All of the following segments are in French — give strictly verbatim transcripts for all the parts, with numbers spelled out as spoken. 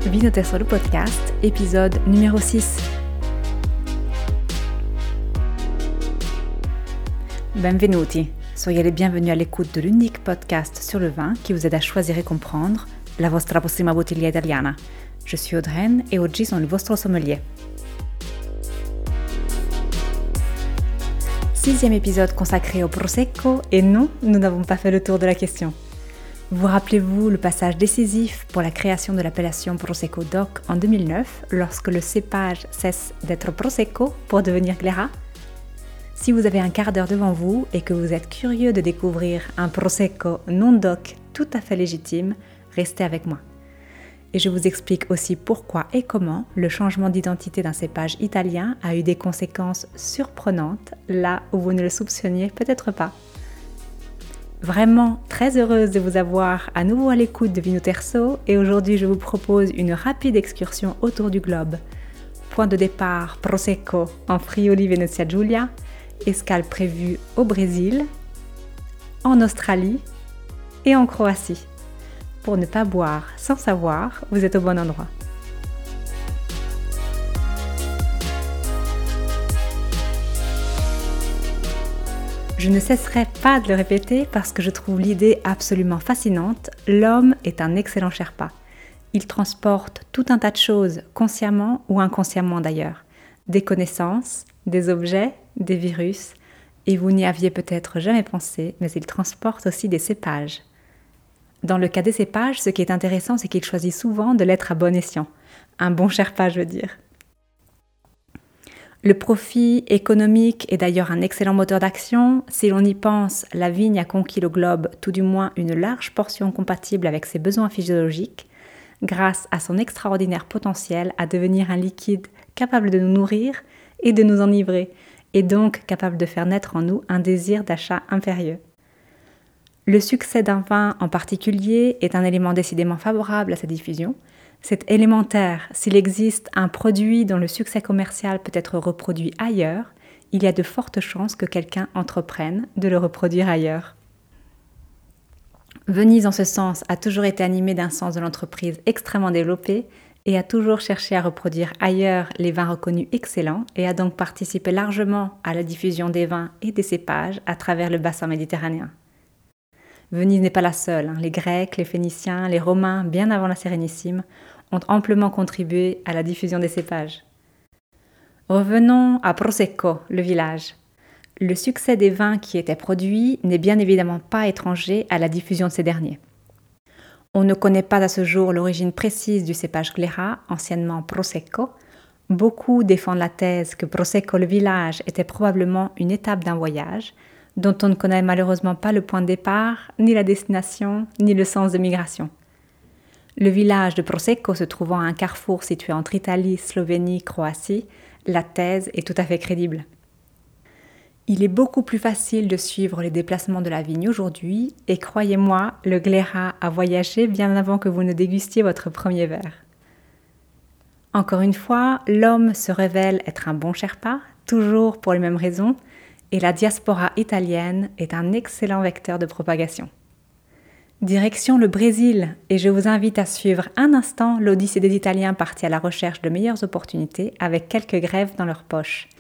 Vinoter sur le podcast, épisode numéro six. Benvenuti, soyez les bienvenus à l'écoute de l'unique podcast sur le vin qui vous aide à choisir et comprendre la vostra prossima bottiglia italiana. Je suis Audreyne et oggi sono il vostro sommelier. Sixième épisode consacré au Prosecco et non, nous n'avons pas fait le tour de la question. Vous rappelez-vous le passage décisif pour la création de l'appellation Prosecco DOC en deux mille neuf, lorsque le cépage cesse d'être Prosecco pour devenir Glera? Si vous avez un quart d'heure devant vous et que vous êtes curieux de découvrir un Prosecco non DOC tout à fait légitime, restez avec moi. Et je vous explique aussi pourquoi et comment le changement d'identité d'un cépage italien a eu des conséquences surprenantes là où vous ne le soupçonniez peut-être pas. Vraiment très heureuse de vous avoir à nouveau à l'écoute de Vinoterso et aujourd'hui je vous propose une rapide excursion autour du globe. Point de départ Prosecco en Friuli Venezia Giulia, escale prévue au Brésil, en Australie et en Croatie. Pour ne pas boire sans savoir, vous êtes au bon endroit. Je ne cesserai pas de le répéter parce que je trouve l'idée absolument fascinante. L'homme est un excellent Sherpa. Il transporte tout un tas de choses, consciemment ou inconsciemment d'ailleurs. Des connaissances, des objets, des virus. Et vous n'y aviez peut-être jamais pensé, mais il transporte aussi des cépages. Dans le cas des cépages, ce qui est intéressant, c'est qu'il choisit souvent de l'être à bon escient. Un bon Sherpa, je veux dire. Le profit économique est d'ailleurs un excellent moteur d'action. Si l'on y pense, la vigne a conquis le globe, tout du moins une large portion compatible avec ses besoins physiologiques, grâce à son extraordinaire potentiel à devenir un liquide capable de nous nourrir et de nous enivrer, et donc capable de faire naître en nous un désir d'achat impérieux. Le succès d'un vin en particulier est un élément décidément favorable à sa diffusion. C'est élémentaire. S'il existe un produit dont le succès commercial peut être reproduit ailleurs, il y a de fortes chances que quelqu'un entreprenne de le reproduire ailleurs. Venise, en ce sens, a toujours été animée d'un sens de l'entreprise extrêmement développé et a toujours cherché à reproduire ailleurs les vins reconnus excellents et a donc participé largement à la diffusion des vins et des cépages à travers le bassin méditerranéen. Venise n'est pas la seule. Les Grecs, les Phéniciens, les Romains, bien avant la Sérénissime, ont amplement contribué à la diffusion des cépages. Revenons à Prosecco, le village. Le succès des vins qui étaient produits n'est bien évidemment pas étranger à la diffusion de ces derniers. On ne connaît pas à ce jour l'origine précise du cépage Glera, anciennement Prosecco. Beaucoup défendent la thèse que Prosecco le village était probablement une étape d'un voyage, dont on ne connaît malheureusement pas le point de départ, ni la destination, ni le sens de migration. Le village de Prosecco se trouvant à un carrefour situé entre Italie, Slovénie, Croatie, la thèse est tout à fait crédible. Il est beaucoup plus facile de suivre les déplacements de la vigne aujourd'hui, et croyez-moi, le Glera a voyagé bien avant que vous ne dégustiez votre premier verre. Encore une fois, l'homme se révèle être un bon Sherpa, toujours pour les mêmes raisons, et la diaspora italienne est un excellent vecteur de propagation. Direction le Brésil, et je vous invite à suivre un instant l'odyssée des Italiens partis à la recherche de meilleures opportunités avec quelques grèves dans leur poche.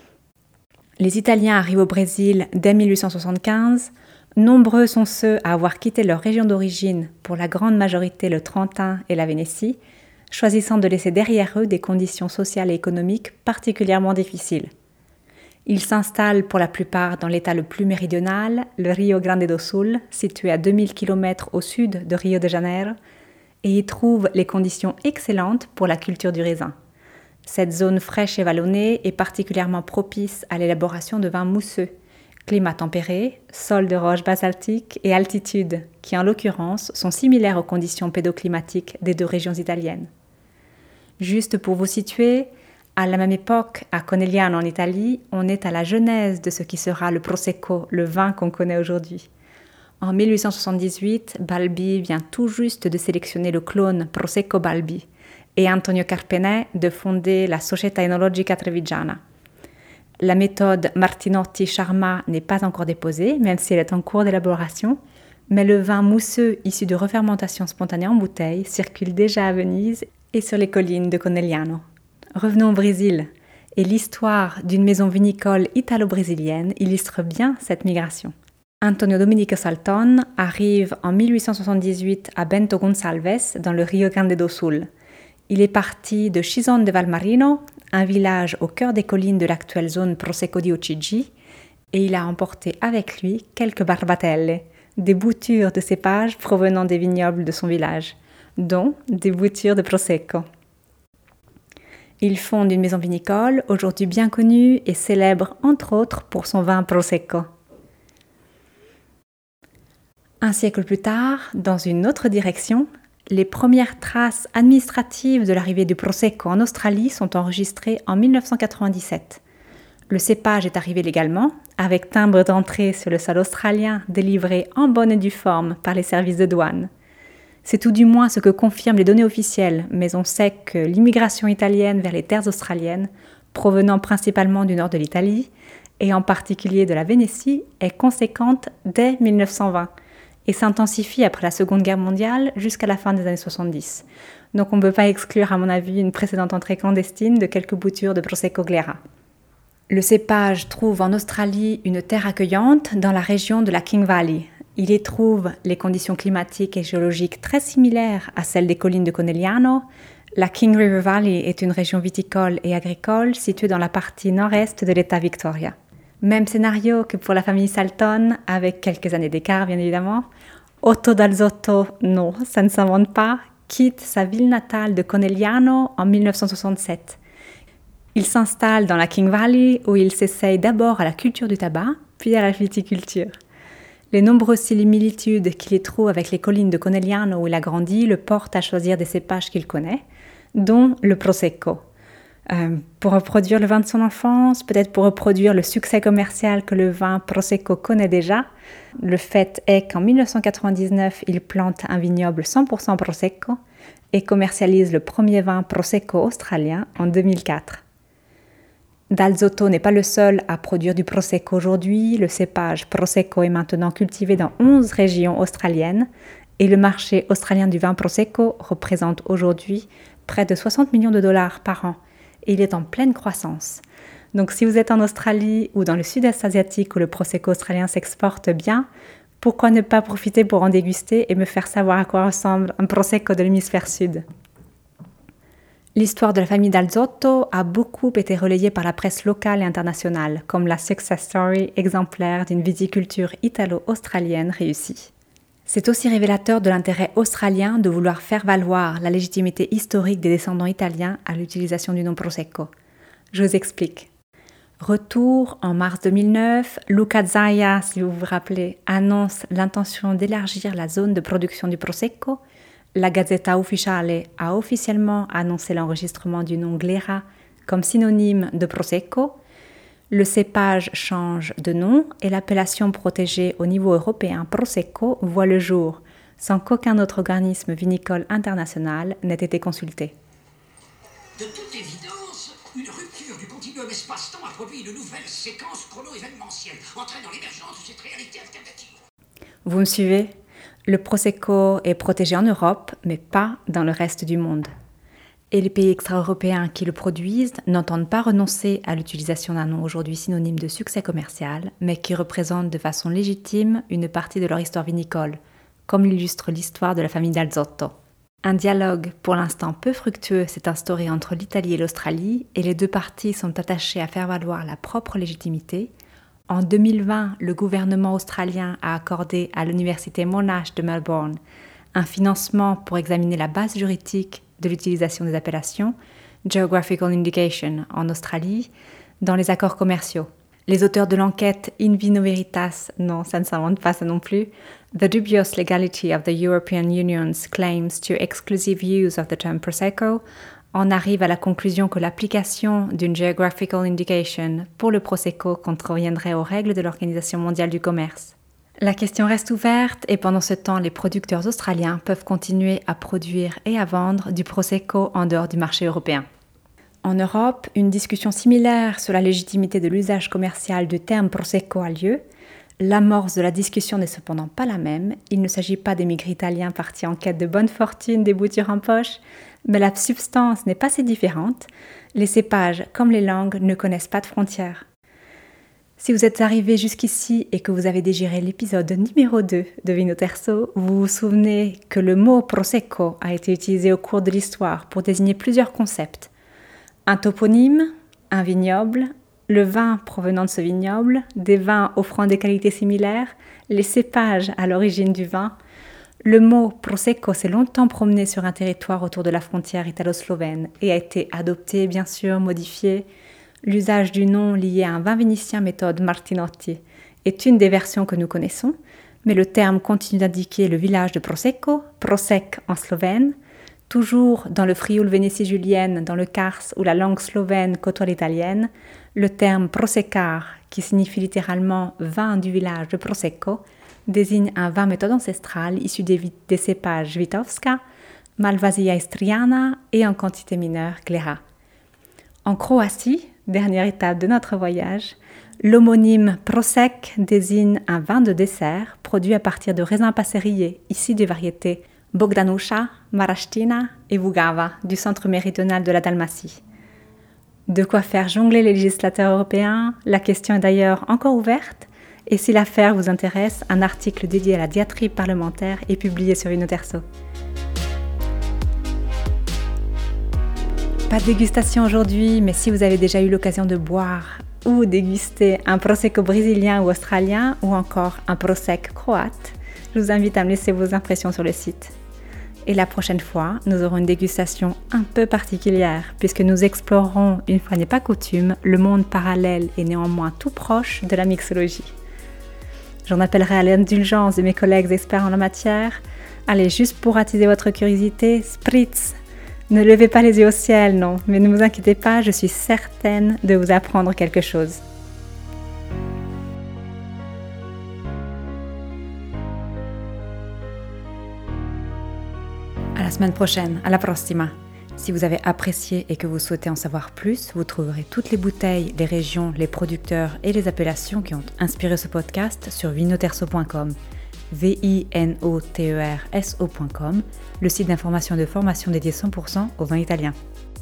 Les Italiens arrivent au Brésil dès mille huit cent soixante-quinze. Nombreux sont ceux à avoir quitté leur région d'origine, pour la grande majorité le Trentin et la Vénétie, choisissant de laisser derrière eux des conditions sociales et économiques particulièrement difficiles. Ils s'installent pour la plupart dans l'état le plus méridional, le Rio Grande do Sul, situé à deux mille kilomètres au sud de Rio de Janeiro, et y trouvent les conditions excellentes pour la culture du raisin. Cette zone fraîche et vallonnée est particulièrement propice à l'élaboration de vins mousseux, climat tempéré, sol de roches basaltiques et altitude, qui en l'occurrence sont similaires aux conditions pédoclimatiques des deux régions italiennes. Juste pour vous situer, à la même époque, à Conegliano en Italie, on est à la genèse de ce qui sera le Prosecco, le vin qu'on connaît aujourd'hui. En mille huit cent soixante-dix-huit, Balbi vient tout juste de sélectionner le clone Prosecco Balbi et Antonio Carpenet de fonder la Società Enologica Trevigiana. La méthode Martinotti-Charmat n'est pas encore déposée, même si elle est en cours d'élaboration, mais le vin mousseux issu de refermentation spontanée en bouteille circule déjà à Venise et sur les collines de Conegliano. Revenons au Brésil, et l'histoire d'une maison vinicole italo-brésilienne illustre bien cette migration. Antonio Domenico Salton arrive en mille huit cent soixante-dix-huit à Bento Gonçalves, dans le Rio Grande do Sul. Il est parti de Chison de Valmarino, un village au cœur des collines de l'actuelle zone Prosecco di Ocigi, et il a emporté avec lui quelques barbatelle, des boutures de cépages provenant des vignobles de son village, dont des boutures de Prosecco. Il fonde une maison vinicole, aujourd'hui bien connue et célèbre entre autres pour son vin Prosecco. Un siècle plus tard, dans une autre direction, les premières traces administratives de l'arrivée du Prosecco en Australie sont enregistrées en mille neuf cent quatre-vingt-dix-sept. Le cépage est arrivé légalement, avec timbre d'entrée sur le sol australien délivré en bonne et due forme par les services de douane. C'est tout du moins ce que confirment les données officielles, mais on sait que l'immigration italienne vers les terres australiennes, provenant principalement du nord de l'Italie, et en particulier de la Vénétie, est conséquente dès mille neuf cent vingt et s'intensifie après la Seconde Guerre mondiale jusqu'à la fin des années soixante-dix. Donc on ne peut pas exclure, à mon avis, une précédente entrée clandestine de quelques boutures de Prosecco Glera. Le cépage trouve en Australie une terre accueillante dans la région de la King Valley. Il y trouve les conditions climatiques et géologiques très similaires à celles des collines de Conegliano. La King River Valley est une région viticole et agricole située dans la partie nord-est de l'État Victoria. Même scénario que pour la famille Salton, avec quelques années d'écart bien évidemment. Otto Dalzotto, non, ça ne s'invente pas, quitte sa ville natale de Conegliano en mille neuf cent soixante-sept. Il s'installe dans la King Valley où il s'essaye d'abord à la culture du tabac, puis à la viticulture. Les nombreuses similitudes qu'il y trouve avec les collines de Conegliano où il a grandi le portent à choisir des cépages qu'il connaît, dont le Prosecco. Euh, pour reproduire le vin de son enfance, peut-être pour reproduire le succès commercial que le vin Prosecco connaît déjà. Le fait est qu'en mille neuf cent quatre-vingt-dix-neuf, il plante un vignoble cent pour cent Prosecco et commercialise le premier vin Prosecco australien en deux mille quatre. Dalzotto n'est pas le seul à produire du Prosecco aujourd'hui. Le cépage Prosecco est maintenant cultivé dans onze régions australiennes et le marché australien du vin Prosecco représente aujourd'hui près de soixante millions de dollars par an. Et il est en pleine croissance. Donc si vous êtes en Australie ou dans le sud-est asiatique où le Prosecco australien s'exporte bien, pourquoi ne pas profiter pour en déguster et me faire savoir à quoi ressemble un Prosecco de l'hémisphère sud. L'histoire de la famille Dalzotto a beaucoup été relayée par la presse locale et internationale, comme la success story exemplaire d'une viticulture italo-australienne réussie. C'est aussi révélateur de l'intérêt australien de vouloir faire valoir la légitimité historique des descendants italiens à l'utilisation du nom Prosecco. Je vous explique. Retour en mars deux mille neuf, Luca Zaia, si vous vous rappelez, annonce l'intention d'élargir la zone de production du Prosecco. La Gazzetta Ufficiale a officiellement annoncé l'enregistrement du nom Glera comme synonyme de Prosecco. Le cépage change de nom et l'appellation protégée au niveau européen Prosecco voit le jour, sans qu'aucun autre organisme vinicole international n'ait été consulté. De toute évidence, une rupture du continuum espace-temps a produit une nouvelle séquence chrono-événementielle, entraînant l'émergence de cette réalité alternative. Vous me suivez ? Le Prosecco est protégé en Europe, mais pas dans le reste du monde. Et les pays extra-européens qui le produisent n'entendent pas renoncer à l'utilisation d'un nom aujourd'hui synonyme de succès commercial, mais qui représente de façon légitime une partie de leur histoire vinicole, comme l'illustre l'histoire de la famille Dalzotto. Un dialogue, pour l'instant peu fructueux, s'est instauré entre l'Italie et l'Australie, et les deux parties sont attachées à faire valoir la propre légitimité. En deux mille vingt, le gouvernement australien a accordé à l'université Monash de Melbourne un financement pour examiner la base juridique de l'utilisation des appellations Geographical Indication en Australie dans les accords commerciaux. Les auteurs de l'enquête In Vino Veritas, non, ça ne s'invente pas ça non plus, The Dubious Legality of the European Union's Claims to Exclusive Use of the Term Prosecco, en arrive à la conclusion que l'application d'une Geographical Indication pour le Prosecco contreviendrait aux règles de l'Organisation mondiale du commerce. La question reste ouverte et pendant ce temps, les producteurs australiens peuvent continuer à produire et à vendre du Prosecco en dehors du marché européen. En Europe, une discussion similaire sur la légitimité de l'usage commercial du terme Prosecco a lieu. L'amorce de la discussion n'est cependant pas la même. Il ne s'agit pas d'émigrés italiens partis en quête de bonne fortune, des boutures en poche, mais la substance n'est pas si différente. Les cépages, comme les langues, ne connaissent pas de frontières. Si vous êtes arrivé jusqu'ici et que vous avez digéré l'épisode numéro deux de Vino Terzo, vous vous souvenez que le mot Prosecco a été utilisé au cours de l'histoire pour désigner plusieurs concepts. Un toponyme, un vignoble, le vin provenant de ce vignoble, des vins offrant des qualités similaires, les cépages à l'origine du vin. Le mot Prosecco s'est longtemps promené sur un territoire autour de la frontière italo-slovène et a été adopté, bien sûr, modifié. L'usage du nom lié à un vin vénitien méthode Martinotti est une des versions que nous connaissons, mais le terme continue d'indiquer le village de Prosecco, Prosek en slovène, toujours dans le Frioul Vénétie julienne, dans le Kars où la langue slovène côtoie l'italienne. Le terme Prosecar, qui signifie littéralement vin du village de Prosecco, désigne un vin méthode ancestrale issu des, des cépages Vitovska, Malvasia istriana et en quantité mineure Glera. En Croatie, dernière étape de notre voyage, l'homonyme Prosek désigne un vin de dessert produit à partir de raisins passerillés, issus des variétés Bogdanuša, Maraština et Vugava du centre méridional de la Dalmatie. De quoi faire jongler les législateurs européens, la question est d'ailleurs encore ouverte, et si l'affaire vous intéresse, un article dédié à la diatribe parlementaire est publié sur Vino Terzo. Pas de dégustation aujourd'hui, mais si vous avez déjà eu l'occasion de boire ou déguster un Prosecco brésilien ou australien, ou encore un Prosek croate, je vous invite à me laisser vos impressions sur le site. Et la prochaine fois, nous aurons une dégustation un peu particulière, puisque nous explorerons, une fois n'est pas coutume, le monde parallèle et néanmoins tout proche de la mixologie. J'en appellerai à l'indulgence de mes collègues experts en la matière. Allez, juste pour attiser votre curiosité, spritz! Ne levez pas les yeux au ciel, non, mais ne vous inquiétez pas, je suis certaine de vous apprendre quelque chose. À la semaine prochaine, à la prossima. Si vous avez apprécié et que vous souhaitez en savoir plus, vous trouverez toutes les bouteilles, les régions, les producteurs et les appellations qui ont inspiré ce podcast sur vinoterzo point com, V I N O T E R S O point com, le site d'information et de formation dédié cent pour cent au vin italien.